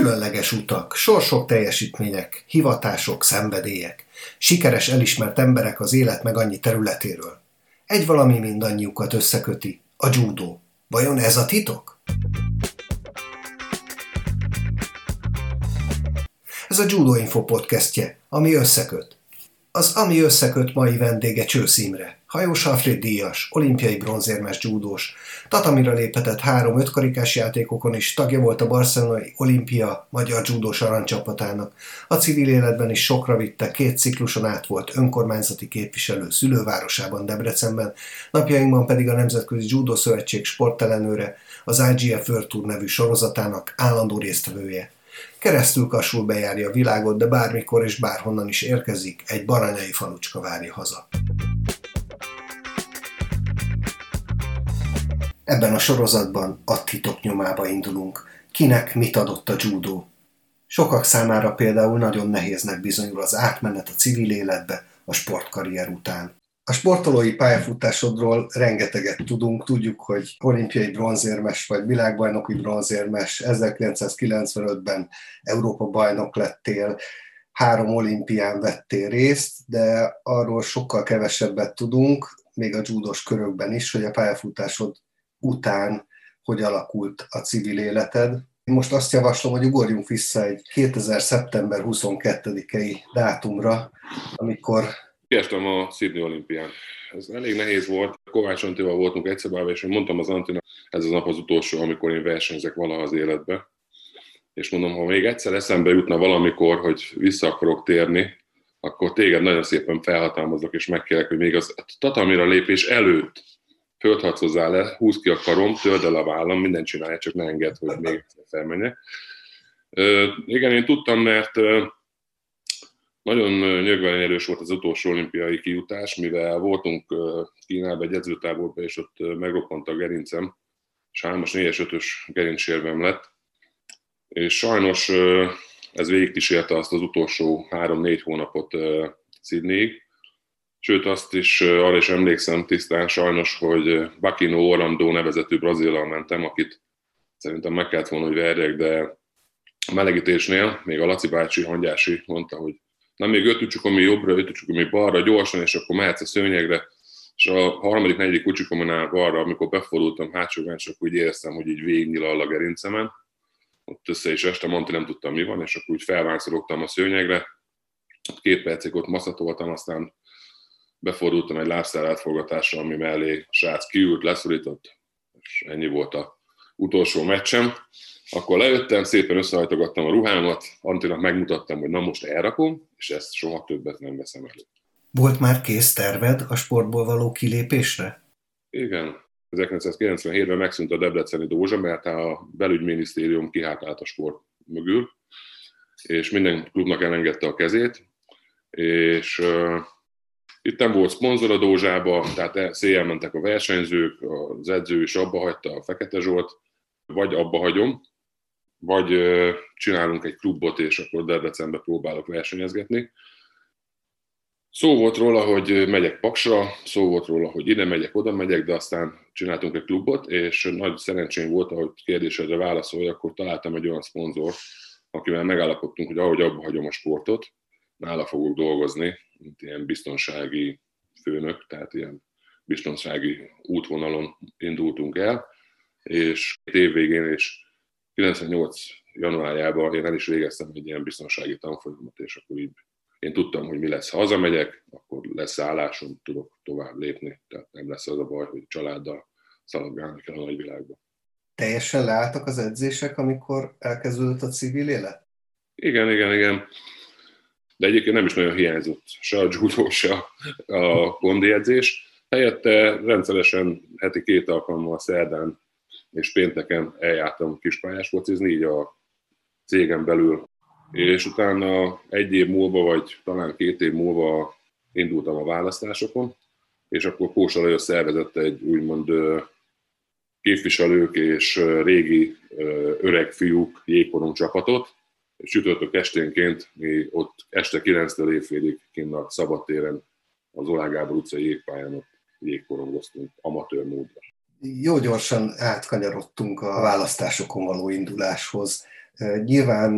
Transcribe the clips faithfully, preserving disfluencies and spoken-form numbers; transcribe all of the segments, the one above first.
Különleges utak, sorsok, teljesítmények, hivatások, szenvedélyek, sikeres, elismert emberek az élet meg annyi területéről. Egy valami mindannyiukat összeköti, a dzsúdó. Vajon ez a titok? Ez a Judo Info podcastje, ami összeköt. Az Ami összeköt mai vendége Csősz Imre, Hajós Alfréd díjas, olimpiai bronzérmes dzsúdós, tatamira léphetett három ötkarikás játékokon is, tagja volt a barcelonai olimpia magyar dzsúdós aranycsapatának, a civil életben is sokra vitte, két cikluson át volt önkormányzati képviselő szülővárosában, Debrecenben, napjainkban pedig a Nemzetközi Judo Szövetség sportellenőre, az i gé ef World Tour nevű sorozatának állandó résztvevője. Keresztül kasul bejárja a világot, de bármikor és bárhonnan is érkezik, egy baranyai falucska várja haza. Ebben a sorozatban a titok nyomába indulunk. Kinek mit adott a dzsúdó? Sokak számára például nagyon nehéznek bizonyul az átmenet a civil életbe a sportkarrier után. A sportolói pályafutásodról rengeteget tudunk, tudjuk, hogy olimpiai bronzérmes vagy világbajnoki bronzérmes, ezerkilencszázkilencvenötben Európa-bajnok lettél, három olimpián vettél részt, de arról sokkal kevesebbet tudunk, még a dzsúdós körökben is, hogy a pályafutásod után hogy alakult a civil életed. Most azt javaslom, hogy ugorjunk vissza egy kétezer. szeptember huszonkettedikei dátumra, amikor... Kiestem a Sydney olimpián. Ez elég nehéz volt. Kovács Antival voltunk egyszerűen, és én mondtam az Antinak, ez az nap az utolsó, amikor én versenyzek valaha az életbe. És mondom, ha még egyszer eszembe jutna valamikor, hogy vissza akarok térni, akkor téged nagyon szépen felhatalmazok, és megkérlek, hogy még az tatamira lépés előtt földharcozzál le, húzd ki a karom, törd el a vállam, mindent csinálj, csak ne engedd, hogy még egyszer felmenjek. Uh, igen, én tudtam, mert uh, nagyon nyögvelen erős volt az utolsó olimpiai kijutás, mivel voltunk uh, Kínában egy edzőtáborban, és ott uh, megroppant a gerincem, és hármas, négyes, ötös gerincsérvem lett, és sajnos uh, ez végigkísérte azt az utolsó három-négy hónapot uh, Sydneyig. Sőt, azt is, arra is emlékszem tisztán sajnos, hogy Bakino Orlando nevezetű brazillal mentem, akit szerintem meg kellett volna, hogy verjek, de a melegítésnél még a Laci bácsi, Hangyási mondta, hogy na még öt ucsukomi jobbra, öt ucsukomi balra, gyorsan, és akkor mehetsz a szőnyegre. És a harmadik, negyedik ucsukominál balra, amikor befordultam hátsógán, és akkor úgy éreztem, hogy így végignyilal a gerincemen. Ott össze is estem, Antti nem tudtam, mi van, és akkor úgy felvánszorogtam a szőnyegre. Két percig ott maszatoltam, aztán befordultam egy lábszár átforgatásra, ami mellé a srác kiült, leszorított, és ennyi volt az utolsó meccsem. Akkor lejöttem, szépen összehajtogattam a ruhámat, Antinak megmutattam, hogy na most elrakom, és ezt soha többet nem veszem elő. Volt már kész terved a sportból való kilépésre? Igen. ezerkilencszázkilencvenhétben megszűnt a debreceni dózsa, mert a belügyminisztérium kihátrált a sport mögül, és minden klubnak elengedte a kezét, és... Itt nem volt szponzor a dózsába, tehát széjjel mentek a versenyzők, az edző is abba hagyta, a Fekete Zsolt, vagy abba hagyom, vagy csinálunk egy klubot, és akkor Debrecenbe próbálok versenyezgetni. Szó volt róla, hogy megyek Paksra, szó volt róla, hogy ide megyek, oda megyek, de aztán csináltunk egy klubot, és nagy szerencsém volt, ahogy kérdésedre válaszolja, akkor találtam egy olyan szponzort, akivel megállapodtunk, hogy ahogy abba hagyom a sportot, nála fogok dolgozni, mint ilyen biztonsági főnök, tehát ilyen biztonsági útvonalon indultunk el, és év végén és kilencvennyolc januárjában én el is végeztem egy ilyen biztonsági tanfolyamot, és akkor így én tudtam, hogy mi lesz, ha hazamegyek, akkor lesz állásom, tudok tovább lépni, tehát nem lesz az a baj, hogy családdal szaladgálni kell a nagyvilágba. Teljesen leálltak az edzések, amikor elkezdődött a civil élet? Igen, igen, igen. De egyébként nem is nagyon hiányzott se a dzsúdó, se a kondi edzés. Helyette rendszeresen heti két alkalommal szerdán és pénteken eljártam kispályás focizni, így a cégen belül. És utána egy év múlva, vagy talán két év múlva indultam a választásokon, és akkor Kósa Lajos szervezett egy úgymond képviselők és régi öreg fiúk jégkorong csapatot, és csütörtök esténként mi ott este kilenctől éjfélig kint a szabadtéren az Oláh Gábor utcai jégpályán ott jégkorongoztunk amatőr módra. Jó gyorsan átkanyarodtunk a választásokon való induláshoz. Nyilván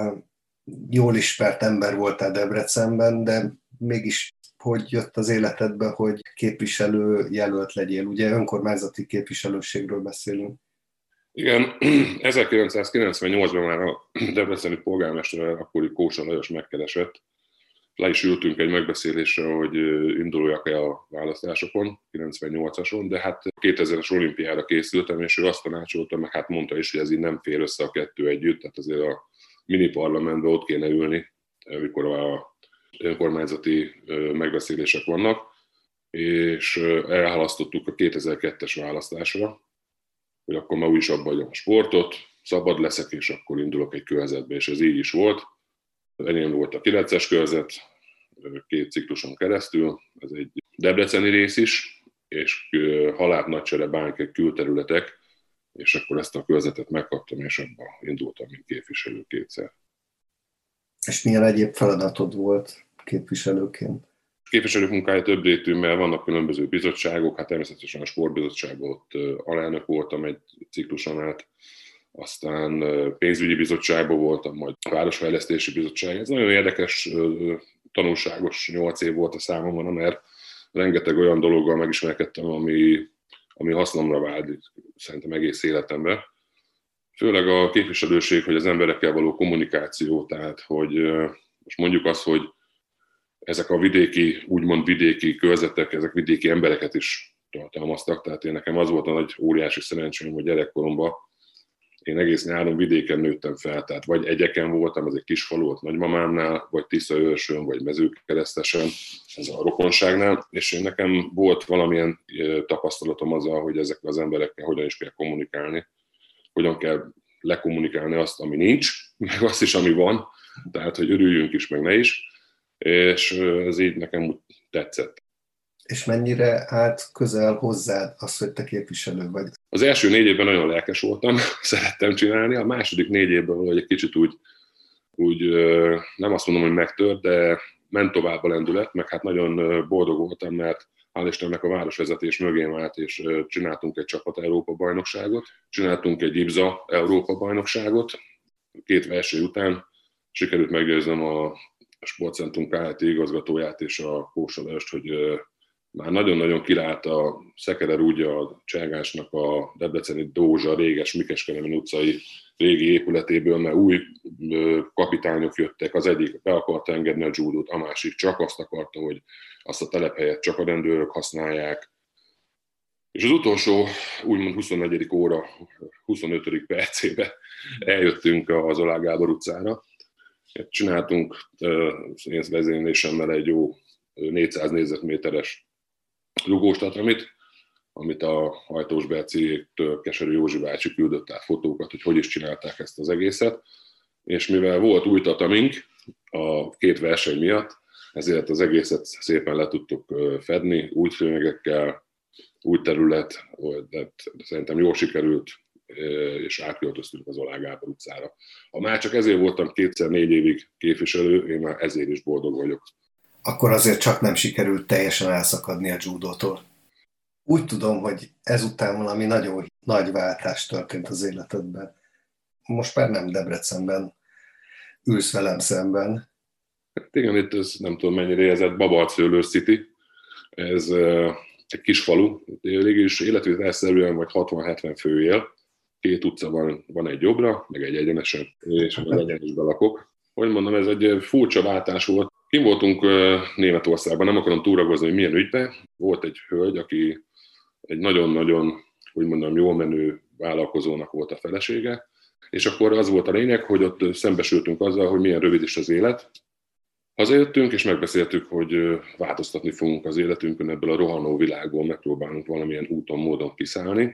jól ismert ember voltál Debrecenben, de mégis hogy jött az életedbe, hogy képviselő jelölt legyél? Ugye önkormányzati képviselőségről beszélünk. Igen, ezerkilencszázkilencvennyolcban már a debreceni polgármester, akkori Kósa Lajos megkeresett. Le is ültünk egy megbeszélésre, hogy induljak-e a választásokon, kilencvennyolcason, de hát kétezres olimpiára készültem, és ő azt tanácsolta, meg hát mondta is, hogy ez így nem fér össze a kettő együtt, tehát azért a mini parlamentben ott kéne ülni, amikor a önkormányzati megbeszélések vannak, és elhalasztottuk a kétezer-kettes választásra, hogy akkor már úgyis abba hagyom a sportot, szabad leszek, és akkor indulok egy körzetbe, és ez így is volt. Enyém volt a kilences körzet, két cikluson keresztül, ez egy debreceni rész is, és Halád Nagycsere Bánkely külterületek, és akkor ezt a körzetet megkaptam, és abban indultam, mint képviselő kétszer. És milyen egyéb feladatod volt képviselőként? Képviselők munkája több rétű, mert vannak különböző bizottságok, hát természetesen a sportbizottságban ott alelnök voltam egy cikluson át, aztán pénzügyi bizottságban voltam, majd városfejlesztési bizottság. Ez nagyon érdekes, tanulságos nyolc év volt a számomra, mert rengeteg olyan dologgal megismerkedtem, ami, ami hasznomra válik szerintem egész életemben. Főleg a képviselőség, hogy az emberekkel való kommunikáció, tehát hogy most mondjuk azt, hogy ezek a vidéki, úgymond vidéki körzetek, ezek vidéki embereket is tartalmaztak, tehát én nekem az volt a nagy óriási szerencsém, hogy gyerekkoromban én egész nyáron vidéken nőttem fel, tehát vagy Egyeken voltam, ez egy kis falu volt nagymamámnál, vagy Tiszaőrsön, vagy Mezőkeresztesen, ez a rokonságnál, és én nekem volt valamilyen tapasztalatom azzal, hogy ezekkel az emberekkel hogyan is kell kommunikálni, hogyan kell lekommunikálni azt, ami nincs, meg azt is, ami van, tehát, hogy örüljünk is, meg ne is, és ez így nekem úgy tetszett. És mennyire állt közel hozzád az, hogy te képviselő vagy? Az első négy évben nagyon lelkes voltam, szerettem csinálni, a második négy évben valahogy egy kicsit úgy, úgy nem azt mondom, hogy megtört, de ment tovább a lendület, meg hát nagyon boldog voltam, mert hál' Istennek a városvezetés mögém állt, és csináltunk egy csapat Európa-bajnokságot, csináltunk egy Ibza Európa-bajnokságot, két verseny után sikerült meggyőznöm a Sportcentrum Kft. Igazgatóját és a Kósa Lajost, hogy már nagyon-nagyon királt a Szekere Rúdja a Cselgásnak a debreceni Dózsa, réges Mikeskeremen utcai régi épületéből, mert új kapitányok jöttek, az egyik be akarta engedni a judót, a másik csak azt akarta, hogy azt a telephelyet csak a rendőrök használják. És az utolsó, úgymond huszonnegyedik óra, huszonötödik percébe eljöttünk az Oláh Gábor utcára. Csináltunk én vezénylésemmel egy jó négyszáz négyzetméteres rugóstatamit, amit a Hajtós Berciéktől Keserű Józsi bácsi küldött át fotókat, hogy hogy is csinálták ezt az egészet. És mivel volt új tatamink a két verseny miatt, ezért az egészet szépen le tudtuk fedni, új szőnyegekkel, új terület, de szerintem jól sikerült, és átköltöztünk az Oláh Gábor utcára. Ha már csak ezért voltam kétszer négy évig képviselő, én már ezért is boldog vagyok. Akkor azért csak nem sikerült teljesen elszakadni a judótól. Úgy tudom, hogy ezután valami nagyon nagy váltás történt az életedben. Most már nem Debrecenben ülsz velem szemben. Hát igen, itt ez nem tudom mennyire érzett, Babalcőlőr City. Ez uh, egy kis falu, végülis életvitelszerűen vagy hatvan-hetven fő él. Két utca van, van egy jobbra, meg egy egyenesen, és az egyenesben lakok. Hogy mondom, ez egy furcsa váltás volt. Kim voltunk Németországban, nem akarom túragozni, hogy milyen ügyben. Volt egy hölgy, aki egy nagyon-nagyon, úgy mondom, jól menő vállalkozónak volt a felesége, és akkor az volt a lényeg, hogy ott szembesültünk azzal, hogy milyen rövid is az élet. Hazajöttünk, és megbeszéltük, hogy változtatni fogunk az életünkön, ebből a rohanó világból megpróbálunk valamilyen úton, módon kiszállni,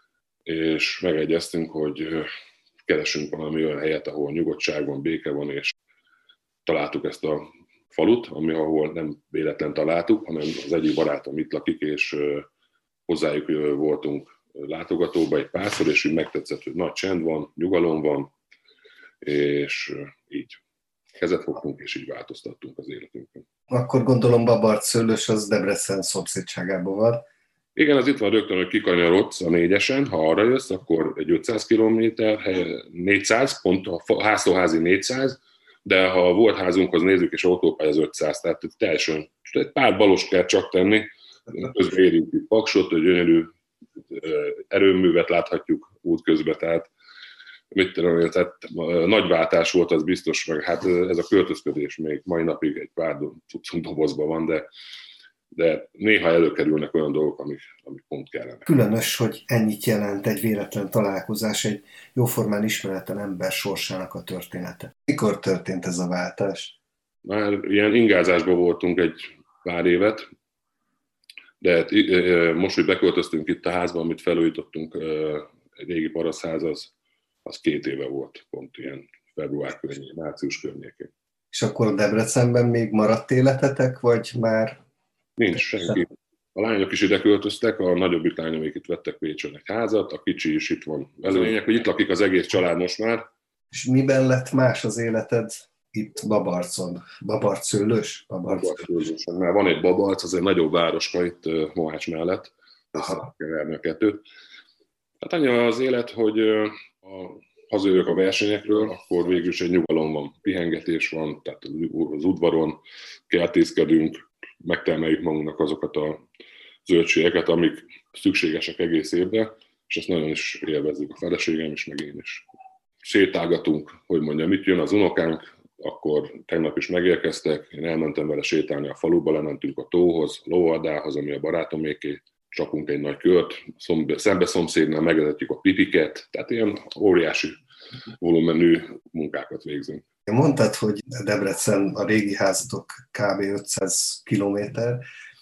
és megegyeztünk, hogy keresünk valami olyan helyet, ahol nyugodtság van, béke van, és találtuk ezt a falut, ami ahol nem véletlen találtuk, hanem az egyik barátom itt lakik, és hozzájuk voltunk látogatóba egy párszor, és úgy megtetszett, hogy nagy csend van, nyugalom van, és így kezet fogtunk, és így változtattunk az életünkön. Akkor gondolom Babarcőlős az Debrecen szomszédságában van. Igen, az itt van rögtön, hogy kikanyarodsz a négyesen, ha arra jössz, akkor egy ötszáz kilométer, négyszáz, pont a háztóházi négyszáz, de ha a volt házunkhoz nézzük, és autópálya az ötszáz, tehát teljesen egy pár balos kell csak tenni, közben érjük itt Paksot, hogy gyönyörű erőművet láthatjuk útközben, tehát mit tudom, tehát nagy váltás volt, az biztos, meg hát ez a költözködés még mai napig egy pár cuccunk dobozban van, de de néha előkerülnek olyan dolgok, amik, amik pont kellene. Különös, hogy ennyit jelent egy véletlen találkozás egy jóformán ismeretlen ember sorsának a története. Mikor történt ez a váltás? Már ilyen ingázásban voltunk egy pár évet, de most, hogy beköltöztünk itt a házba, amit felújítottunk, egy régi parasztház, az, az két éve volt, pont ilyen február környékén, március környékén. És akkor Debrecenben még maradt életetek, vagy már... Nincs senki. A lányok is ide költöztek, a nagyobbik lányomik itt vettek Pécsen egy házat, a kicsi is itt van. Ez a lényeg, hogy itt lakik az egész család most már. És miben lett más az életed itt Babarcon? Babarcőlős? Babarcőlős. Már van egy Babarc, az egy nagyobb városka itt Mohács mellett. Össze kell verni a kettőt. Hát annyi az élet, hogy a hazajövök a versenyekről, akkor végül is egy nyugalom van, pihengetés van, tehát az udvaron kertészkedünk, megtermeljük magunknak azokat a zöldségeket, amik szükségesek egész évben, és ezt nagyon is élvezzük a feleségem is, meg én is. Sétálgatunk, hogy mondjam, mit jön az unokánk, akkor tegnap is megérkeztek, én elmentem vele sétálni a faluba, lementünk a tóhoz, a lóardához, ami a barátoméké, csapunk egy nagy kört, szembe szomszédnál megezetjük a pipiket, tehát ilyen óriási volumenű munkákat végzünk. Mondtad, hogy Debrecen, a régi házatok kb. ötszáz kilométer.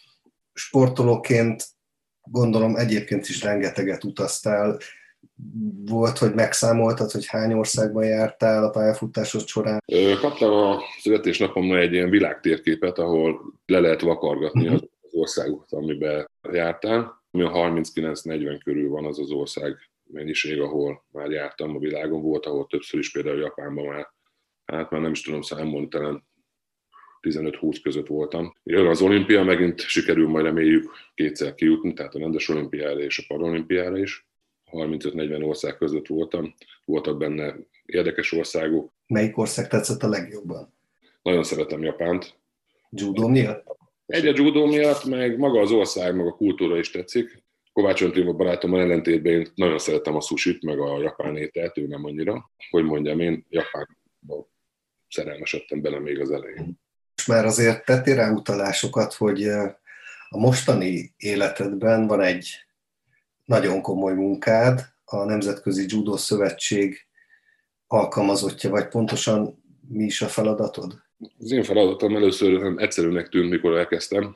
Sportolóként gondolom egyébként is rengeteget utaztál. Volt, hogy megszámoltad, hogy hány országban jártál a pályafutásod során? Kaptam a születésnapomra egy ilyen világtérképet, ahol le lehet vakargatni uh-huh. az országokat, amiben jártál. Ami a harminckilenc negyven körül van az az ország mennyiség, ahol már jártam a világon. Volt, ahol többször is, például Japánban már, hát már nem is tudom számolni, talán tizenöt-húsz között voltam. Jön az olimpia, megint sikerül majd reméljük kétszer kijutni, tehát a rendes olimpiára és a paralimpiára is. harmincöt negyven ország között voltam, voltak benne érdekes országok. Melyik ország tetszett a legjobban? Nagyon szeretem Japánt. Judó miatt? Egy a judó miatt, meg maga az ország, meg a kultúra is tetszik. Kovács Öntén barátommal ellentétben én nagyon szeretem a sushit, meg a japán ételt, ő nem annyira. Hogy mondjam, én Japánba szerelmesedtem bele még az elején. És már azért tettél rá utalásokat, hogy a mostani életedben van egy nagyon komoly munkád, a Nemzetközi Judo Szövetség alkalmazottja, vagy pontosan mi is a feladatod? Az én feladatom először egyszerűnek tűnt, mikor elkezdtem,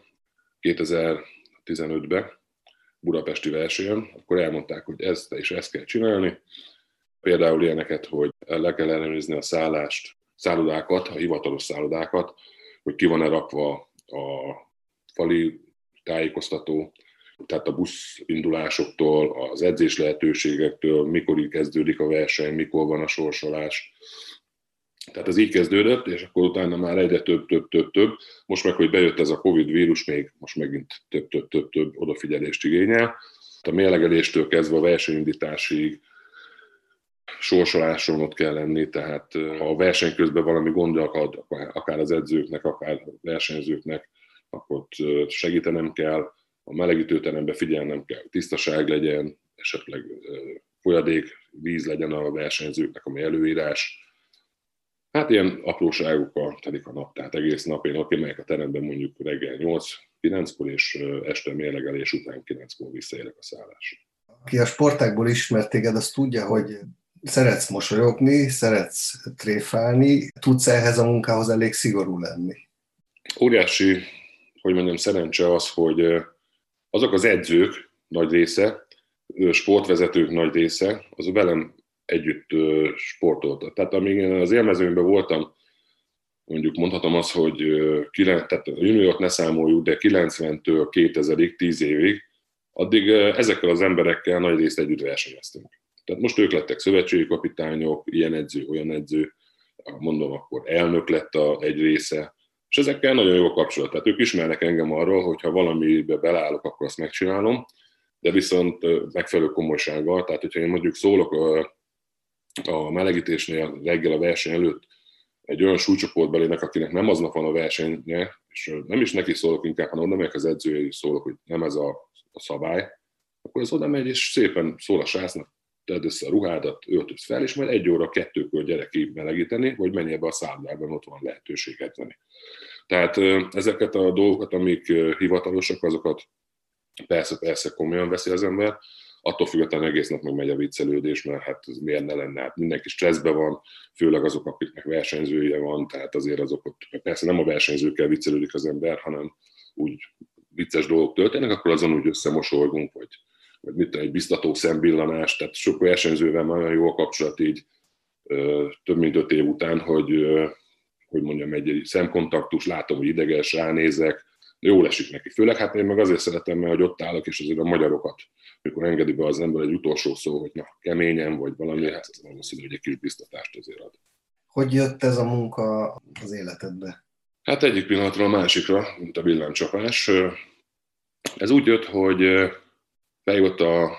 kétezer-tizenötben, budapesti versenyen, akkor elmondták, hogy ezt és ezt kell csinálni. Például ilyeneket, hogy le kell ellenőrizni a szállást, szállodákat, a hivatalos szállodákat, hogy ki van-e rakva a fali tájékoztató, tehát a buszindulásoktól, az edzés lehetőségektől, mikor kezdődik a verseny, mikor van a sorsolás. Tehát ez így kezdődött, és akkor utána már egyre több, több, több, több. Most meg, hogy bejött ez a Covid vírus, még most megint több, több, több, több odafigyelést igényel. A mérlegeléstől kezdve a versenyindításig sorsoláson ott kell lenni, tehát ha a verseny közben valami gond akad, akár az edzőknek, akár a versenyzőknek, akkor ott segítenem kell, a melegítőterembe figyelnem kell, tisztaság legyen, esetleg folyadék, víz legyen a versenyzőknek, ami előírás. Hát ilyen apróságokkal telik a nap, tehát egész nap én ott megyek a teremben mondjuk reggel nyolc-kilenckor, és este mérlegelés után kilenckor visszaérek a szállásra. Aki a sportágból ismert téged, az tudja, hogy szeretsz mosolyogni, szeretsz tréfálni, tudsz ehhez a munkához elég szigorú lenni. Óriási, hogy mondjam, szerencse az, hogy azok az edzők nagy része, sportvezetők nagy része, az velem együtt sportoltak. Tehát amíg én az élmezőnyben voltam, mondjuk mondhatom azt, hogy tehát a juniort ne számoljuk, de kilencventől kétezerig, tíz évig, addig ezekkel az emberekkel nagy részt együtt versenyeztünk. Tehát most ők lettek szövetségi kapitányok, ilyen edző, olyan edző, mondom, akkor elnök lett a, egy része, és ezekkel nagyon jó kapcsolat. Tehát ők ismernek engem arról, hogy ha valamibe belállok, akkor azt megcsinálom. de viszont megfelelő komolysággal. Tehát, hogyha én mondjuk szólok a melegítésnél reggel a verseny előtt egy olyan súlycsoportbelének, akinek nem aznap van a versenye, és nem is neki szólok inkább, hanem oda megyek az edzője, és szólok, hogy nem ez a, a szabály, akkor az oda megy, és szépen szól a srácnak, tedd össze a ruhádat, öltöz fel, és majd egy óra, kettőkor gyere ki melegíteni, vagy menj ebbe a szállában, ott van lehetőség edzeni. Tehát ezeket a dolgokat, amik hivatalosak, azokat persze-persze komolyan veszi az ember, attól függetlenül egész nap meg megy a viccelődés, mert hát ez miért ne lenne, hát mindenki stresszben van, főleg azok, akiknek versenyzője van, tehát azért azok ott, persze nem a versenyzőkkel viccelődik az ember, hanem úgy vicces dolgok történnek, akkor azon úgy összemosolygunk, vagy, vagy mit egy biztató szembillanás, tehát sok versenyzővel már olyan jó a kapcsolat így több mint öt év után, hogy, hogy mondjam, egy, egy szemkontaktus, látom, hogy ideges, ránézek, jól esik neki. Főleg hát én meg azért szeretem, mert hogy ott állok, és azért a magyarokat, mikor engedi be az ember egy utolsó szó, hogy na, keményen, vagy valami, hát ez valószínű, hogy egy kis biztatást azért ad. Hogy jött ez a munka az életedbe? Hát egyik pillanatra a másikra, mint a villámcsapás. Ez úgy jött, hogy bejött a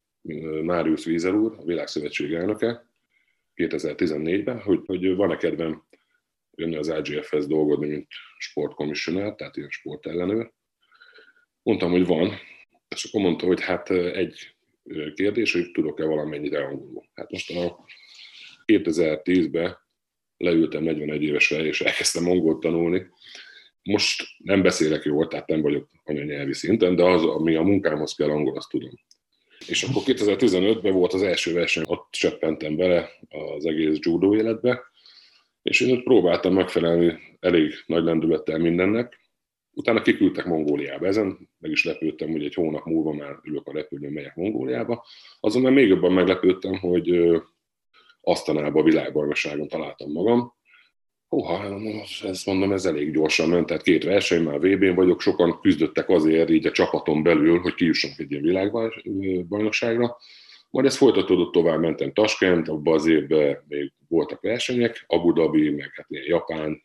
Marius Wieser úr, a Világszövetség elnöke kétezer-tizennégyben, hogy, hogy van-e kedvem jönni az á gé ef-hez dolgozni, mint sportkommissionál, tehát ilyen sportellenőr. Mondtam, hogy van, és akkor mondta, hogy hát egy kérdés, hogy tudok-e valamennyire angolul. Hát most a kétezer-tízben leültem negyvenegy évesre, és elkezdtem angolt tanulni. Most nem beszélek jól, tehát nem vagyok anyanyelvi szinten, de az, ami a munkámhoz kell, angol, azt tudom. És akkor kétezer-tizenötben volt az első verseny, ott csöppentem bele az egész judó életbe, és én ott próbáltam megfelelni elég nagy lendülettel mindennek. Utána kiküldtek Mongóliába. Ezen meg is lepődtem, hogy egy hónap múlva már ülök a repülőn, megyek Mongóliába. Azon már még jobban meglepődtem, hogy Asztanában a világbajnokságon találtam magam. Húha, ezt mondom, ez elég gyorsan ment, tehát két verseny, már vé bén vagyok, sokan küzdöttek azért így a csapaton belül, hogy kijussanak egy ilyen világbajnokságra. Majd ez folytatódott, tovább mentem Taskent, abban az évben még voltak versenyek, Abu Dhabi, meg hát ilyen Japán,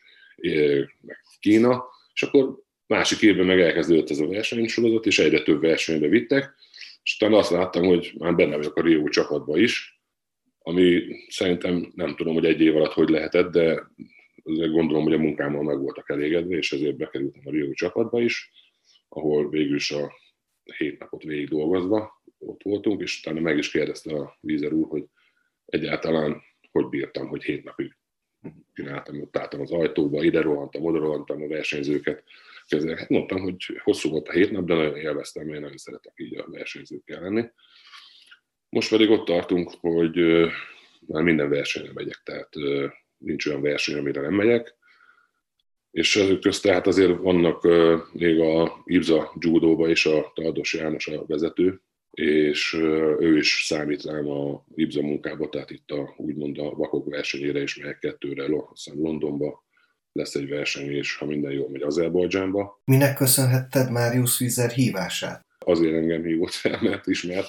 meg Kína, és akkor másik évben meg elkezdődött ez a versenysorozat, és egyre több versenybe vittek, és utána azt láttam, hogy már benne vagyok a Rio csapatban is, ami szerintem nem tudom, hogy egy év alatt hogy lehetett, de azért gondolom, hogy a munkámmal meg voltak elégedve, és ezért bekerültem a Rio csapatba is, ahol végül is a hét napot végig dolgozva ott voltunk, és utána meg is kérdezte a Wieser úr, hogy egyáltalán hogy bírtam, hogy hét napig csináltam, ott álltam az ajtóba, ide rohantam, oda rohantam a versenyzőket. Kezdve, hát mondtam, hogy hosszú volt a hét nap, de nagyon élveztem, mert én nagyon szeretek így a versenyzőkkel lenni. Most pedig ott tartunk, hogy már minden versenyre megyek, tehát nincs olyan verseny, amire nem megyek. És ezek közt tehát azért vannak még a Ibza judóba is a Tardos János a vezető, és ő is számít rám a Ibza munkába, tehát itt a, úgymond a vakok versenyére is megyek kettőre, aztán Londonba lesz egy verseny, és ha minden jól megy, Azerbajdzsánba. Minek köszönhetted Marius Wieser hívását? Azért engem hívott fel, mert ismert.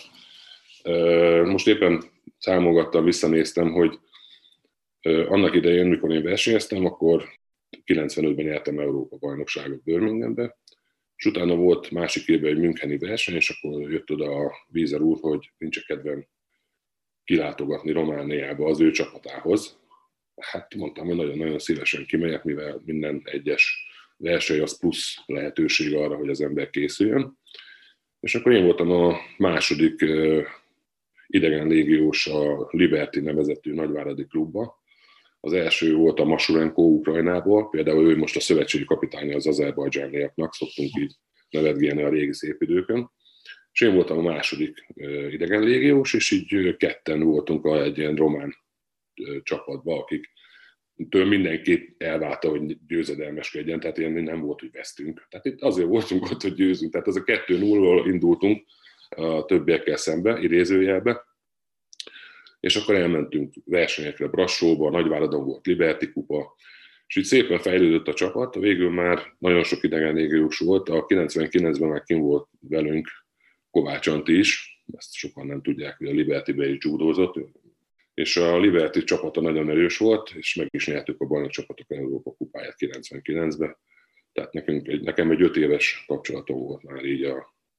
Most éppen számogattam, visszanéztem, hogy annak idején, mikor én versenyeztem, akkor kilencvenötben nyertem Európa-bajnokságot Birminghambe, és utána volt másik évben egy müncheni verseny, és akkor jött oda a Wieser úr, hogy nincs kedvem kilátogatni Romániába az ő csapatához. Hát mondtam, hogy nagyon-nagyon szívesen kimegyek, mivel minden egyes verseny az plusz lehetőség arra, hogy az ember készüljön. És akkor én voltam a második idegen légiós a Liberty nevezetű nagyváradi klubba. Az első volt a Masurenko Ukrajnából, például ő most a szövetségi kapitánya az azerbajdzsániaknak, szoktunk így nevetgélni a régi szép időkön. És én voltam a második idegen légiós, és így ketten voltunk egy ilyen román csapatban, akik től mindenki elválta, hogy győzedelmeskedjen, tehát ilyen nem volt, hogy vesztünk. Tehát itt azért voltunk ott, hogy győzünk. Tehát az a kettő nullról indultunk a többiekkel szembe, idézőjelbe, és akkor elmentünk versenyekre, Brassóba, Nagyváradon volt Liberty kupa, és így szépen fejlődött a csapat, végül már nagyon sok idegen légiós volt, a kilencvenkilencben már kim volt velünk Kovács Antti is, ezt sokan nem tudják, hogy a Libertybe is judózott, és a Liberty csapata nagyon erős volt, és meg is nyertük a bajnokcsapatok Európa kupáját kilencvenkilencben, tehát nekünk egy, nekem egy öt éves kapcsolatom volt már így a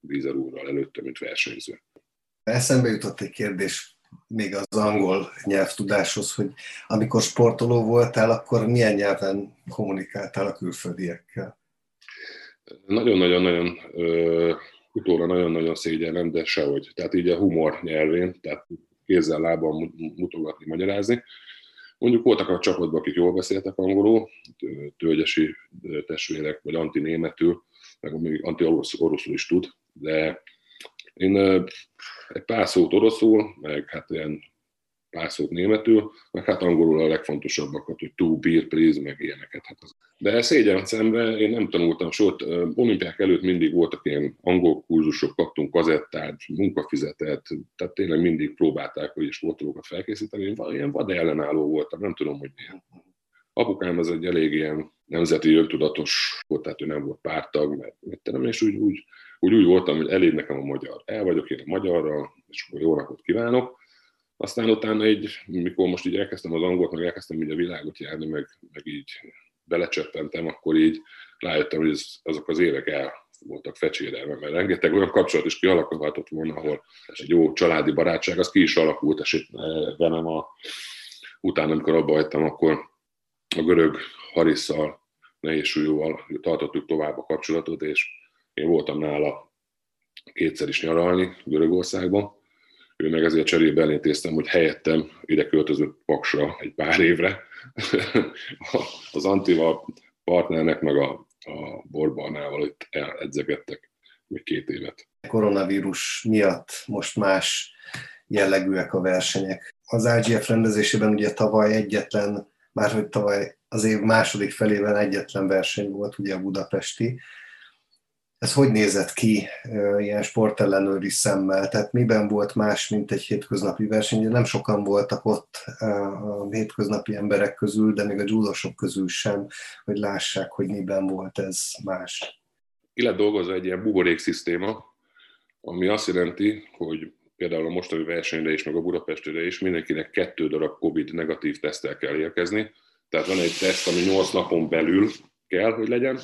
Breezer úrral előtte, mint versenyző. Eszembe jutott egy kérdés még az angol nyelvtudáshoz, hogy amikor sportoló voltál, akkor milyen nyelven kommunikáltál a külföldiekkel? Nagyon-nagyon-nagyon, utóra nagyon-nagyon szégyellem, de sehogy. Tehát így a humor nyelvén, tehát kézzel, lábbal mutogatni, magyarázni. Mondjuk voltak a csapatban, akik jól beszéltek angolul, tölgyesi testvérek, vagy anti-németül, meg még anti-oroszul is tud, de én egy pár szót oroszul, meg hát ilyen pár szót németül, meg hát angolul a legfontosabbakat, hogy two beer please, meg ilyeneket. Hát az. De szégyen szemben én nem tanultam sort. Olimpiák előtt mindig voltak ilyen angol kurzusok, kaptunk kazettát, munkafizetet, tehát tényleg mindig próbálták, hogy sportolókat felkészíteni. Én ilyen vad ellenálló voltam, nem tudom, hogy miért. Apukám az egy elég ilyen nemzeti öntudatos volt, tehát ő nem volt párttag, mert, mert és úgy, úgy, úgy, úgy voltam, hogy elég nekem a magyar. El vagyok én a magyarral, és akkor jó napot kívánok. Aztán utána egy, mikor most így elkezdtem az angolt, meg elkezdtem így a világot járni, meg, meg így belecseppentem, akkor így rájöttem, hogy ez, azok az évek el voltak fecsérelve, mert rengeteg olyan kapcsolat is kialakulhatott volna, ahol egy jó családi barátság, az ki is alakult, és velem a, utána, amikor abba hagytam, akkor a görög Harisszal, nehéz súlyúval tartottuk tovább a kapcsolatot, és én voltam nála kétszer is nyaralni Görögországban. Ő meg ezért cserébe elintéztem, hogy helyettem ide költözött Paksra egy pár évre. Az Antival partnernek, meg a, a Borbarnával itt edzegettek még két évet. A koronavírus miatt most más jellegűek a versenyek. Az i gé ef rendezésében ugye tavaly egyetlen, már hogy tavaly az év második felében egyetlen verseny volt, ugye a budapesti. Ez hogy nézett ki ilyen sportellenőri szemmel? Tehát miben volt más, mint egy hétköznapi verseny? Nem sokan voltak ott a hétköznapi emberek közül, de még a judosok közül sem, hogy lássák, hogy miben volt ez más. Ki lett dolgozva egy ilyen buborékszisztéma, ami azt jelenti, hogy például a mostani versenyre is, meg a budapestire is mindenkinek kettő darab Covid negatív teszttel kell érkezni. Tehát van egy teszt, ami nyolc napon belül kell, hogy legyen,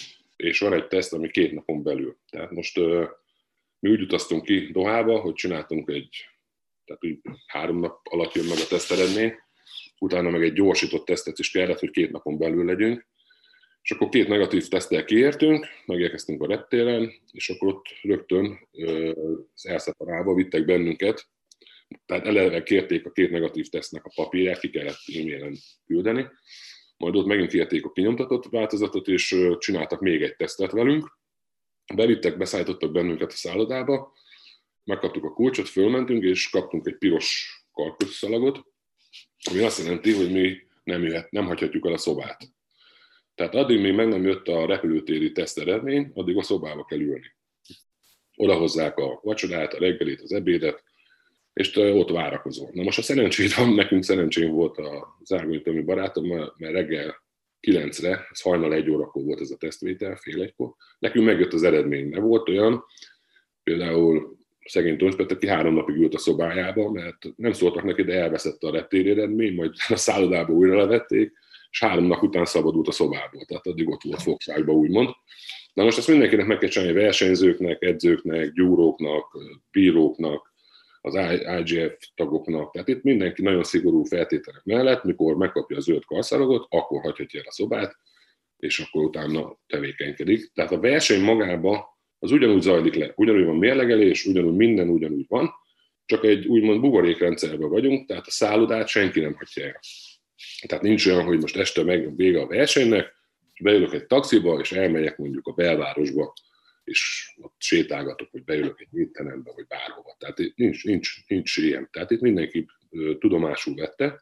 és van egy teszt, ami két napon belül. Tehát most uh, mi úgy utaztunk ki Dohába, hogy csináltunk egy, tehát úgy három nap alatt jön meg a teszteredmény, utána meg egy gyorsított tesztet is kellett, hogy két napon belül legyünk, és akkor két negatív teszttel kiértünk, megérkeztünk a reptéren, és akkor ott rögtön uh, az elszeparálva vittek bennünket, tehát eleve kérték a két negatív tesztnek a papírját, ki kellett e-mailen küldeni, majd ott megint kérték a kinyomtatott változatot, és csináltak még egy tesztet velünk. Bevittek, beszállítottak bennünket a szállodába, megkaptuk a kulcsot, fölmentünk, és kaptunk egy piros karkötszalagot, ami azt jelenti, hogy mi nem, jöhet, nem hagyhatjuk el a szobát. Tehát addig még meg nem jött a repülőtéri teszt eredmény, addig a szobába kell ülni. Oda hozzák a vacsorát, a reggelit, az ebédet, és ott várakozol. Na most a szerencsét van, nekünk szerencsén volt a Zárgói Tomi barátom, mert reggel kilencre, ez hajnal egy órakor volt ez a tesztvétel, fél egykor, nekünk megjött az eredmény. De volt olyan, például szegény Toncs, aki három napig ült a szobájába, mert nem szóltak neki, de elveszette a reptéri eredmény, majd a szállodába újra levették, és három nap után szabadult a szobából, tehát addig ott volt fogságban, úgymond. Na most ezt mindenkinek meg kell csinálni, versenyzőknek, edzőknek, gyúróknak, bíróknak, az i gé ef tagoknak. Tehát itt mindenki nagyon szigorú feltételek mellett, mikor megkapja a zöld karszalagot, akkor hagyhatja el a szobát, és akkor utána tevékenykedik. Tehát a verseny magában az ugyanúgy zajlik le, ugyanúgy van mérlegelés, ugyanúgy minden ugyanúgy van, csak egy úgymond buborékrendszerben vagyunk, tehát a szállodát senki nem hagyja el. Tehát nincs olyan, hogy most este meg vége a versenynek, és beülök egy taxiba, és elmegyek mondjuk a belvárosba, és ott sétálgatok, hogy beülök egy étterembe, vagy bárhova. Tehát itt nincs, nincs, nincs ilyen. Tehát itt mindenki uh, tudomásul vette.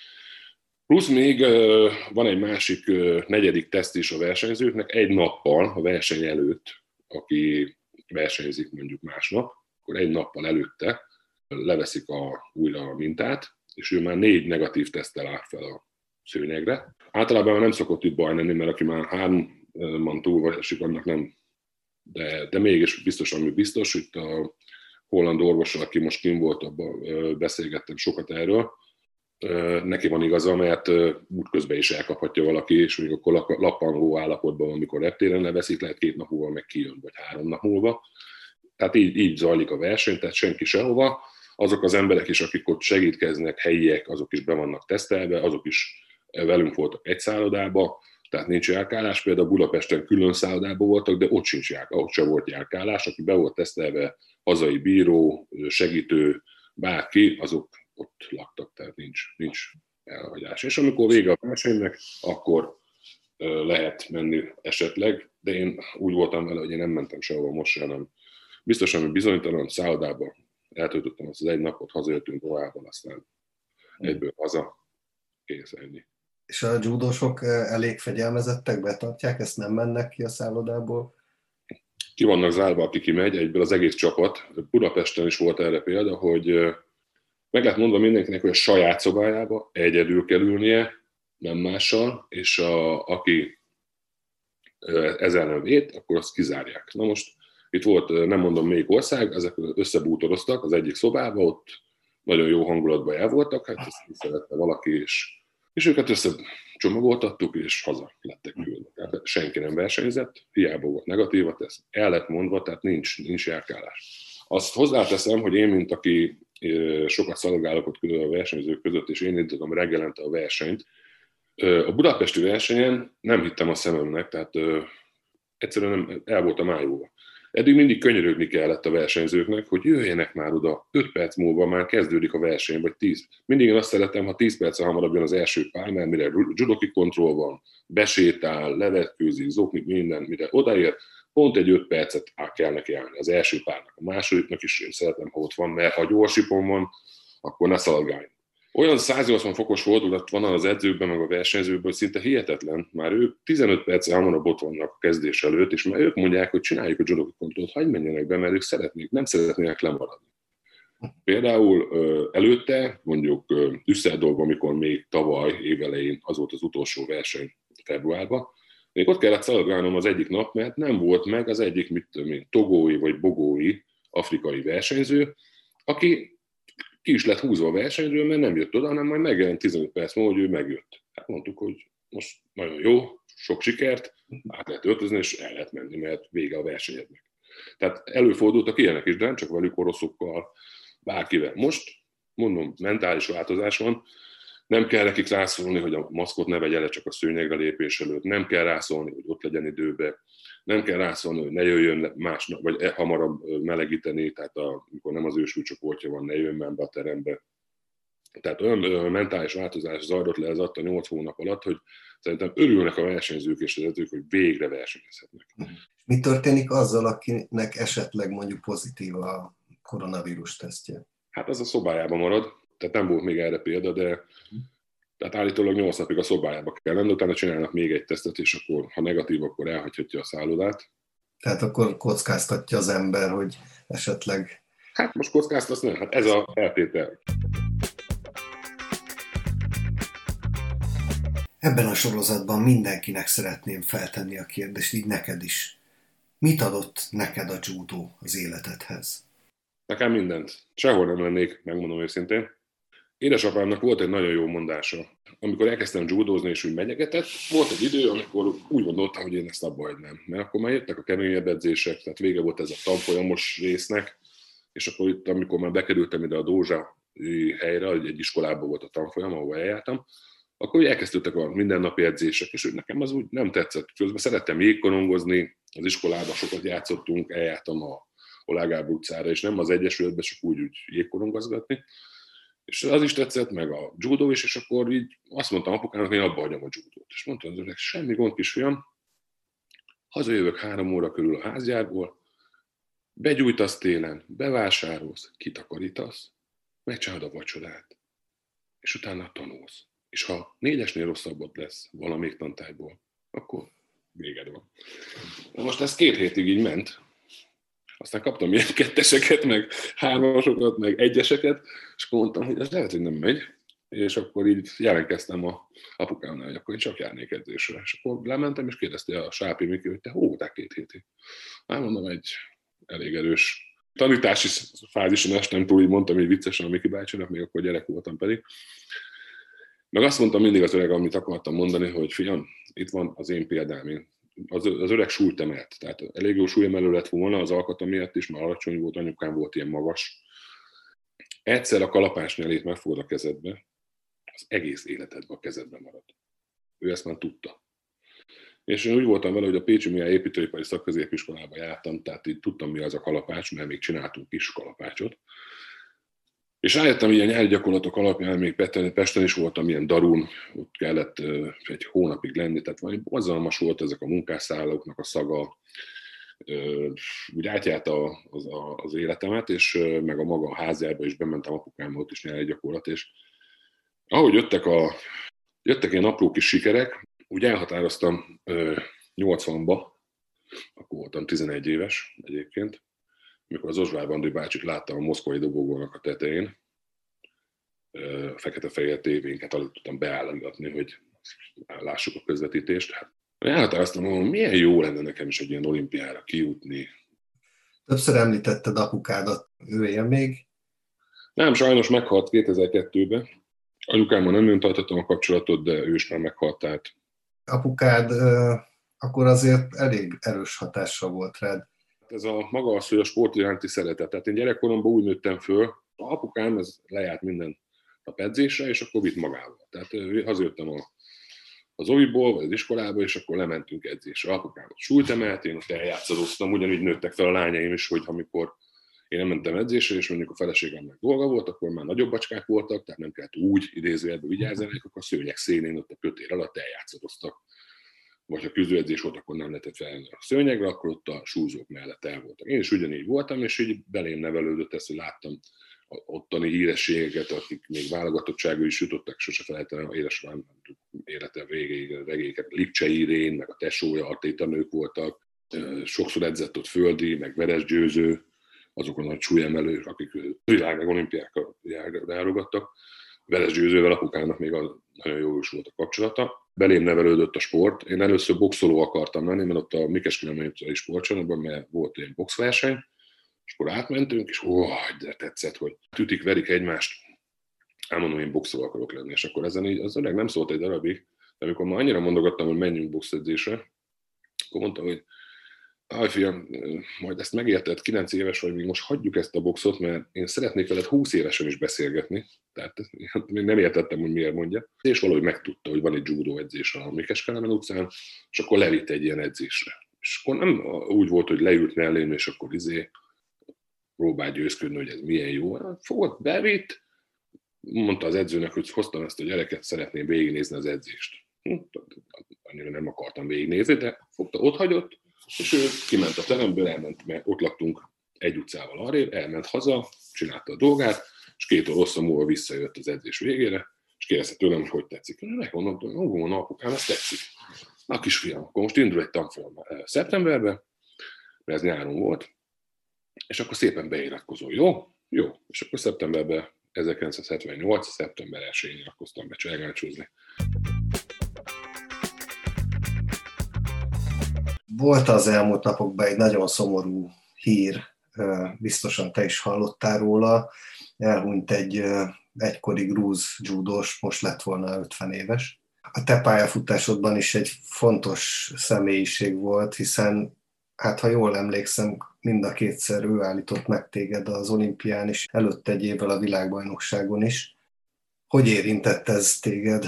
Plusz még uh, van egy másik uh, negyedik teszt is a versenyzőknek, egy nappal a verseny előtt, aki versenyzik mondjuk másnap, akkor egy nappal előtte leveszik a, újra a mintát, és ő már négy negatív teszttel áll fel a szőnyegre. Általában nem szokott itt baj lenni, mert aki már hárman túl vagy esik, annak nem. De, de mégis biztos, ami biztos, hogy a holland orvossal, aki most kim volt, abban beszélgettem sokat erről, neki van igaza, mert útközben is elkaphatja valaki, és még akkor lappangó állapotban, amikor reptéren leveszik, lehet két nap múlva meg kijön, vagy három nap múlva. Tehát így, így zajlik a verseny, tehát senki sehova. Azok az emberek is, akik ott segítkeznek, helyiek, azok is be vannak tesztelve, azok is velünk voltak egy szállodába, tehát nincs járkálás. Például Budapesten külön szállodában voltak, de ott sincs járkálás, ott sem volt járkálás. Aki be volt tesztelve, hazai bíró, segítő, bárki, azok ott laktak, tehát nincs, nincs elhagyás. És amikor vége a versenynek, akkor lehet menni esetleg, de én úgy voltam vele, hogy én nem mentem sehova most sem, hanem biztosan, hogy bizonytalan szállodába eltöltöttem azt az egy napot, hazajöttünk Rohával, aztán egyből haza, kész, ennyi. És a judósok elég fegyelmezettek, betartják, ezt nem mennek ki a szállodából? Ki vannak zárva, aki kimegy, egyből az egész csapat. Budapesten is volt erre példa, hogy meg lehet mondva mindenkinek, hogy a saját szobájába egyedül kell ülnie, nem mással, és a, aki ez ellen vét, akkor azt kizárják. Na most itt volt, nem mondom melyik ország, ezek összebútoroztak az egyik szobába, ott nagyon jó hangulatban el voltak, hát ezt szerette valaki, és, és őket összecsomagoltattuk, és haza lettek küldve. Tehát senki nem versenyzett, hiába volt negatív a teszt, el lett mondva, tehát nincs, nincs járkálás. Azt hozzáteszem, hogy én, mint aki sokat szaladgálok ott külön a versenyzők között, és én indítottam reggelente a versenyt, a budapesti versenyen nem hittem a szememnek, tehát egyszerűen nem, el voltam ájulva. Eddig mindig könyörögni kellett a versenyzőknek, hogy jöjjenek már oda, öt perc múlva már kezdődik a verseny, vagy tíz. Mindig én azt szeretem, ha tíz perccel hamarabb jön az első pár, mert mire judoki kontroll van, besétál, levetkőzik, zoknik, minden, mire odaér, pont egy öt percet kell neki állni az első párnak. A másodiknak is én szeretem, ha ott van, mert ha gyorsipon van, akkor ne szaladgáljon. Olyan száznyolcvan fokos fordulat van az edzőkben, meg a versenyzőkben, hogy szinte hihetetlen. Már ők tizenöt perccel hamarabb ott vannak a kezdés előtt, és már ők mondják, hogy csináljuk a judoki kontrollt, hagyj menjenek be, mert ők szeretnék, nem szeretnének lemaradni. Például előtte, mondjuk Düsseldorfban, amikor még tavaly évelején az volt az utolsó verseny februárban, még ott kellett szaladgálnom az egyik nap, mert nem volt meg az egyik, mit tudom én, togói vagy bogói afrikai versenyző, aki ki is lett húzva a versenyről, mert nem jött oda, hanem majd megjelent tizenöt perc múlva, hogy ő megjött. Hát mondtuk, hogy most nagyon jó, sok sikert, át lehet öltözni, és el lehet menni, mert vége a versenyednek. Tehát előfordultak ilyenek is, de nem csak velük, oroszokkal, bárkivel. Most, mondom, mentális változás van, nem kell nekik rászólni, hogy a maszkot ne vegye le csak a szőnyegre lépés előtt, nem kell rászólni, hogy ott legyen időbe, nem kell rászólni, hogy ne jöjjön másnap, vagy hamarabb melegíteni, tehát amikor nem az ősült csoportja van, ne jöjjön be a terembe. Tehát olyan mentális változás zajlott le ez a nyolc hónap alatt, hogy szerintem örülnek a versenyzők és az edzők, hogy végre versenyezhetnek. Mi történik azzal, akinek esetleg mondjuk pozitív a koronavírus tesztje? Hát az a szobájában marad, tehát nem volt még erre példa, de tehát állítólag nyolc napig a szobájába kell lenni, utána csinálnak még egy tesztet, és akkor, ha negatív, akkor elhagyhatja a szállodát. Tehát akkor kockáztatja az ember, hogy esetleg... Hát most kockáztatsz, nem, hát ez a feltétel. Ebben a sorozatban mindenkinek szeretném feltenni a kérdést, így neked is. Mit adott neked a judó az életedhez? Nekem mindent. Sehol nem lennék, megmondom őszintén. Édesapámnak volt egy nagyon jó mondása. Amikor elkezdtem judózni és úgy megyegetett, volt egy idő, amikor úgy gondoltam, hogy én ezt abba hagynám. Mert akkor már jöttek a keményebb edzések, tehát vége volt ez a tanfolyamos résznek, és akkor itt, amikor már bekerültem ide a Dózsa helyre, egy iskolában volt a tanfolyam, ahol eljártam, akkor elkezdődtek a mindennapi edzések, és úgy nekem az úgy nem tetszett. Közben szerettem jégkorongozni, az iskolában sokat játszottunk, eljártam a Oláh Gábor utcára, és nem az egyesületbe, csak úgy, úgy jégkorongozgatni. És az is tetszett, meg a judó is, és akkor így azt mondtam apukának, hogy én abba hagyom a judót. És mondtam az öreg, semmi gond, kisfiam, hazajövök három óra körül a házgyárból, begyújtasz télen, bevásárolsz, kitakarítasz, megcsinálod a vacsorát, és utána tanulsz. És ha négyesnél rosszabbod lesz valamelyik tantárgyból, akkor véged van. Na most ez két hétig így ment, aztán kaptam ilyen ketteseket, meg hármasokat, meg egyeseket, és akkor mondtam, hogy ez lehet, hogy nem megy. És akkor így jelentkeztem a apukámnál, hogy akkor én csak járnék edzésre. És akkor lementem, és kérdezte a Sápi Miki, hogy te hol voltál két hétig? Hát mondom, egy elég erős tanítási fázison estem túl, így mondtam így viccesen a Miki bácsinak, még akkor gyerek voltam pedig. Meg azt mondtam mindig az öreg, amit akartam mondani, hogy fiam, itt van az én példám, én az, az öreg súlyt emelt. Tehát elég jó súlyemelő lett volna az alkata miatt is, mert alacsony volt, anyukám volt ilyen magas. Egyszer a kalapás nyelét megfogod a kezedbe, az egész életedben a kezedben marad. Ő ezt már tudta. És én úgy voltam vele, hogy a Pécsi Mihály építőipari szakközépiskolába jártam, tehát így tudtam, mi az a kalapács, mert még csináltunk kis kalapácsot. És rájöttem, hogy a nyári gyakorlatok alapján még Pesten is voltam ilyen darun, ott kellett egy hónapig lenni, tehát valami borzalmas volt ezek a munkásszállóknak a szaga, úgy átjárt az, az életemet, és meg a maga a házjába is bementem apukámmal, ott is nyári gyakorlat, és ahogy jöttek, a, jöttek ilyen apró kis sikerek, úgy elhatároztam nyolcvanba, akkor voltam tizenegy éves egyébként, amikor az Ozsvár Bandai bácsit láttam a moszkvai dobogónak a tetején, fekete-fehér tévénket alig tudtam beállítani, hogy lássuk a közvetítést. Hát elhatároztam, hogy milyen jó lenne nekem is egy ilyen olimpiára kijutni. Többször említetted apukádat, ő él még? Nem, sajnos meghalt kétezer-kettőben. Anyukámmal nem nagyon tartottam a kapcsolatot, de ő is már meghalt, tehát. Apukád euh, akkor azért elég erős hatással volt rád. Ez a maga az, hogy a sport iránti szeretet. Tehát én gyerekkoromban úgy nőttem föl, a apukám ez lejárt minden nap edzésre, és akkor vitt magával. Tehát hazajöttem a, az oviból, vagy az iskolába, és akkor lementünk edzésre. Apukám ott súlyt emelt, én ott eljátszadoztam, ugyanúgy nőttek fel a lányaim is, hogy amikor én nem mentem edzésre, és mondjuk a feleségemnek dolga volt, akkor már nagyobb bacskák voltak, tehát nem kellett úgy idézőjelben vigyázni, akkor a szőnyeg szélén ott a kötél alatt eljátszadoztak. Vagy ha küzdőedzés volt, akkor nem lehetett felelni a szőnyegre, akkor ott a súlyzók mellett el voltak. Én is ugyanígy voltam, és így belém nevelődött ezt, hogy láttam ottani hírességeket, akik még válogatottságú is jutottak, sose felejtem a édesapám élete végéig, regéket. Lipcsei Irén, meg a tesója, atlétanők voltak, sokszor edzett ott Földi, meg Veres Győző, azokon a súlyemelők, akik világ meg olimpiákra járogattak. Veres Győzővel apukának még a, nagyon jó is volt a kapcsolata. Belém nevelődött a sport. Én először boxoló akartam lenni, mert ott a Mikeskeleményi sportcsarnokban, mert volt ilyen boxverseny, és akkor átmentünk, és ó, de tetszett, hogy ütik, verik egymást, elmondom, én boxoló akarok lenni, és akkor ezen így az öreg nem szólt egy darabig, de amikor már annyira mondogattam, hogy menjünk boxedzésre, akkor mondta, hogy Aj, fiam, majd ezt megérted, kilenc éves vagy, még most hagyjuk ezt a boxot, mert én szeretnék veled húsz évesen is beszélgetni, tehát még nem értettem, hogy miért mondja, és valahogy megtudta, hogy van egy judó edzés a Mikeskelemen utcán, és akkor levitt egy ilyen edzésre. És akkor nem úgy volt, hogy leült mellém, és akkor izé próbál győzködni, hogy ez milyen jó. Fogott, bevitt, mondta az edzőnek, hogy hoztam ezt a gyereket, szeretném végignézni az edzést. Annyira nem akartam végignézni, de fogta, ott hagyott, és ő kiment a teremből, elment, mert ott laktunk egy utcával arrébb, elment haza, csinálta a dolgát, és két óra hosszú múlva visszajött az edzés végére, és kérdezte tőlem, hogy hogy tetszik. Megmondom, hogy ó, van, apukám, ez tetszik. Na kisfiam, akkor most indul egy tanfolyam szeptemberben, mert ez nyáron volt, és akkor szépen beiratkozol, jó? Jó. És akkor szeptemberben, ezerkilencszázhetvennyolc. szeptember elsején iratkoztam be cselgácsúzni. Volt az elmúlt napokban egy nagyon szomorú hír, biztosan te is hallottál róla, elhunyt egy egykori grúz judós, most lett volna ötven éves. A te pályafutásodban is egy fontos személyiség volt, hiszen, hát ha jól emlékszem, mind a kétszer ő állított meg téged az olimpián is, előtte egy évvel a világbajnokságon is. Hogy érintett ez téged?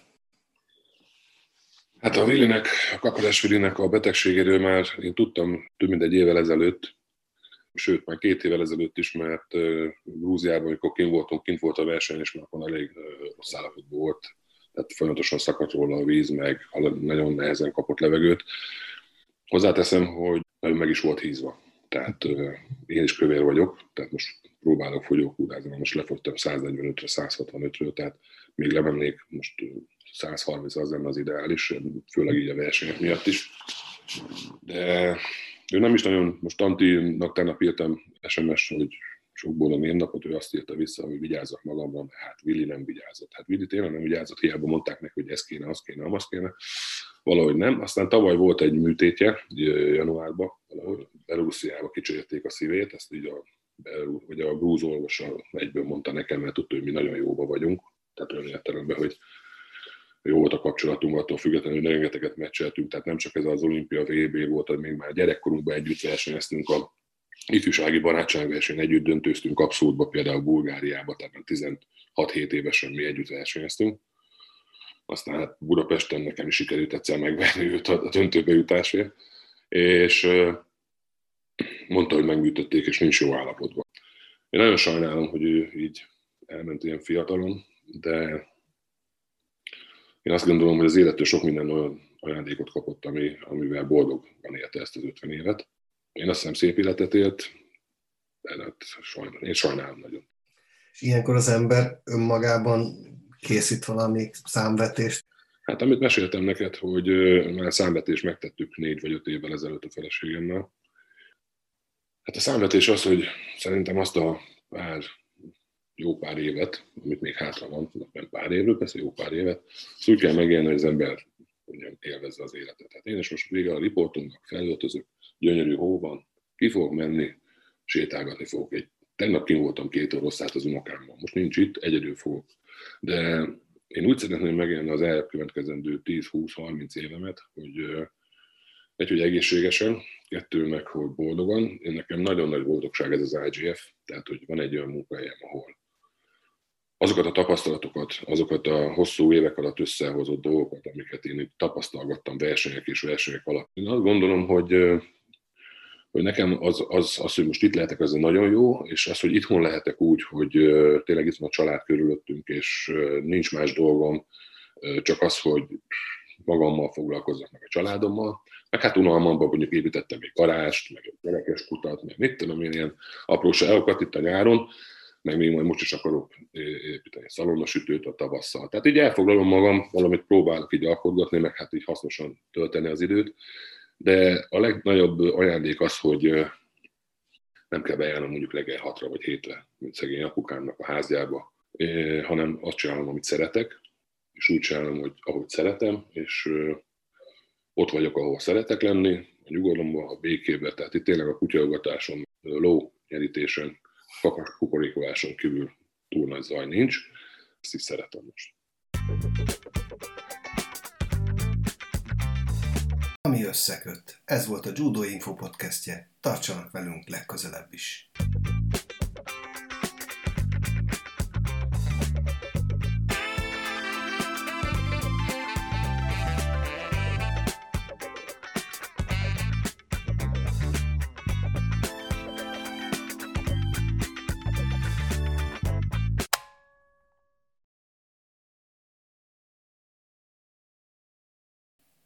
Hát a Willinek, a Kakarás Willinek a betegségéről már én tudtam több mint egy évvel ezelőtt, sőt, már két évvel ezelőtt is, mert uh, Grúziában, amikor kint voltunk, kint volt a verseny, és már akkor elég uh, rossz állapotban volt. Tehát folyamatosan szakadt róla a víz, meg nagyon nehezen kapott levegőt. Hozzáteszem, hogy nagyon meg is volt hízva. Tehát uh, én is kövér vagyok, tehát most próbálok fogyókúrázni, most lefogytam száznegyvenötre, százhatvanötről, tehát még lemennék, most uh, száz harminc az lenne az ideális, főleg így a versenyek miatt is. De ő nem is nagyon, most Antinak tegnap írtam es em es, hogy sok boldog névnapot, ő azt írta vissza, hogy vigyázzak magamra, mert hát Willi nem vigyázott. Hát Willi tényleg nem vigyázott, hiába mondták neki, hogy ez kéne, az kéne, az kéne. Valahogy nem. Aztán tavaly volt egy műtétje, januárban, valahogy Belorussziába kicserélték a szívét, ezt így a, vagy a grúz orvosa egyből mondta nekem, mert tudta, hogy mi nagyon jóba vagyunk. Tehát olyan értelemben, hogy jó volt a kapcsolatunk, attól függetlenül rengeteget meccseltünk, tehát nem csak ez az olimpia vé bé volt, hogy még már gyerekkorunkban együtt versenyeztünk, a ifjúsági barátságversenyen együtt döntőztünk abszolútba, például Bulgáriába, tehát tizenhat-hét évesen mi együtt versenyeztünk. Aztán hát Budapesten nekem is sikerült egyszer megverni őt a döntőbe jutásért, és mondta, hogy megműtötték, és nincs jó állapotban. Én nagyon sajnálom, hogy ő így elment ilyen fiatalon, de én azt gondolom, hogy az élettől sok minden olyan ajándékot kapott, ami, amivel boldogban élte ezt az ötven évet. Én azt hiszem szép életet élt, de hát sajnálom, én sajnálom nagyon. És ilyenkor az ember önmagában készít valami számvetést? Hát amit meséltem neked, hogy már számvetést megtettük négy vagy öt évvel ezelőtt a feleségemmel. Hát a számvetés az, hogy szerintem azt a pár, jó pár évet, amit még hátra van, nem pár évről, persze jó pár évet, azt úgy kell megélni, hogy az ember ugyan élvezze az életet. Tehát én is most vége a riportunknak, felöltözök, gyönyörű hó van, ki fogok menni, sétálgatni fogok. Egy, tegnap kint voltam két oroszát az unokámmal, most nincs itt, egyedül fogok. De én úgy szeretném megélni az elkövetkezendő tíz-húsz-harminc évemet, hogy egy, hogy egészségesen, kettő meg, hogy boldogan. Én nekem nagyon nagy boldogság ez az i gé ef, tehát hogy van egy olyan munkahelyem, ahol azokat a tapasztalatokat, azokat a hosszú évek alatt összehozott dolgokat, amiket én tapasztalgattam versenyek és versenyek alatt. Én azt gondolom, hogy, hogy nekem az, az, az, hogy most itt lehetek, az nagyon jó, és az, hogy itthon lehetek úgy, hogy tényleg itt van a család körülöttünk, és nincs más dolgom, csak az, hogy magammal foglalkozzak, meg a családommal, meg hát unalmamban mondjuk építettem egy garást, meg egy gyerekes kutat, meg mit tudom én, ilyen apróságokat itt a nyáron, meg még majd most is akarok építeni egy szalonnasütőt a tavasszal. Tehát így elfoglalom magam, valamit próbálok így alkotgatni, meg hát így hasznosan tölteni az időt, de a legnagyobb ajándék az, hogy nem kell bejárnom mondjuk reggel hatra vagy hétre, mint szegény apukámnak a házjába, hanem azt csinálom, amit szeretek, és úgy csinálom, hogy ahogy szeretem, és ott vagyok, ahol szeretek lenni, a nyugalomban, a békében, tehát itt tényleg a kutyaugatáson, ló nyerítésen, kakas kukorékoláson kívül túl nagy zaj nincs. Ezt is szeretem most. Ami összeköt. Ez volt a Judo Info podcastje. Tartsanak velünk legközelebb is.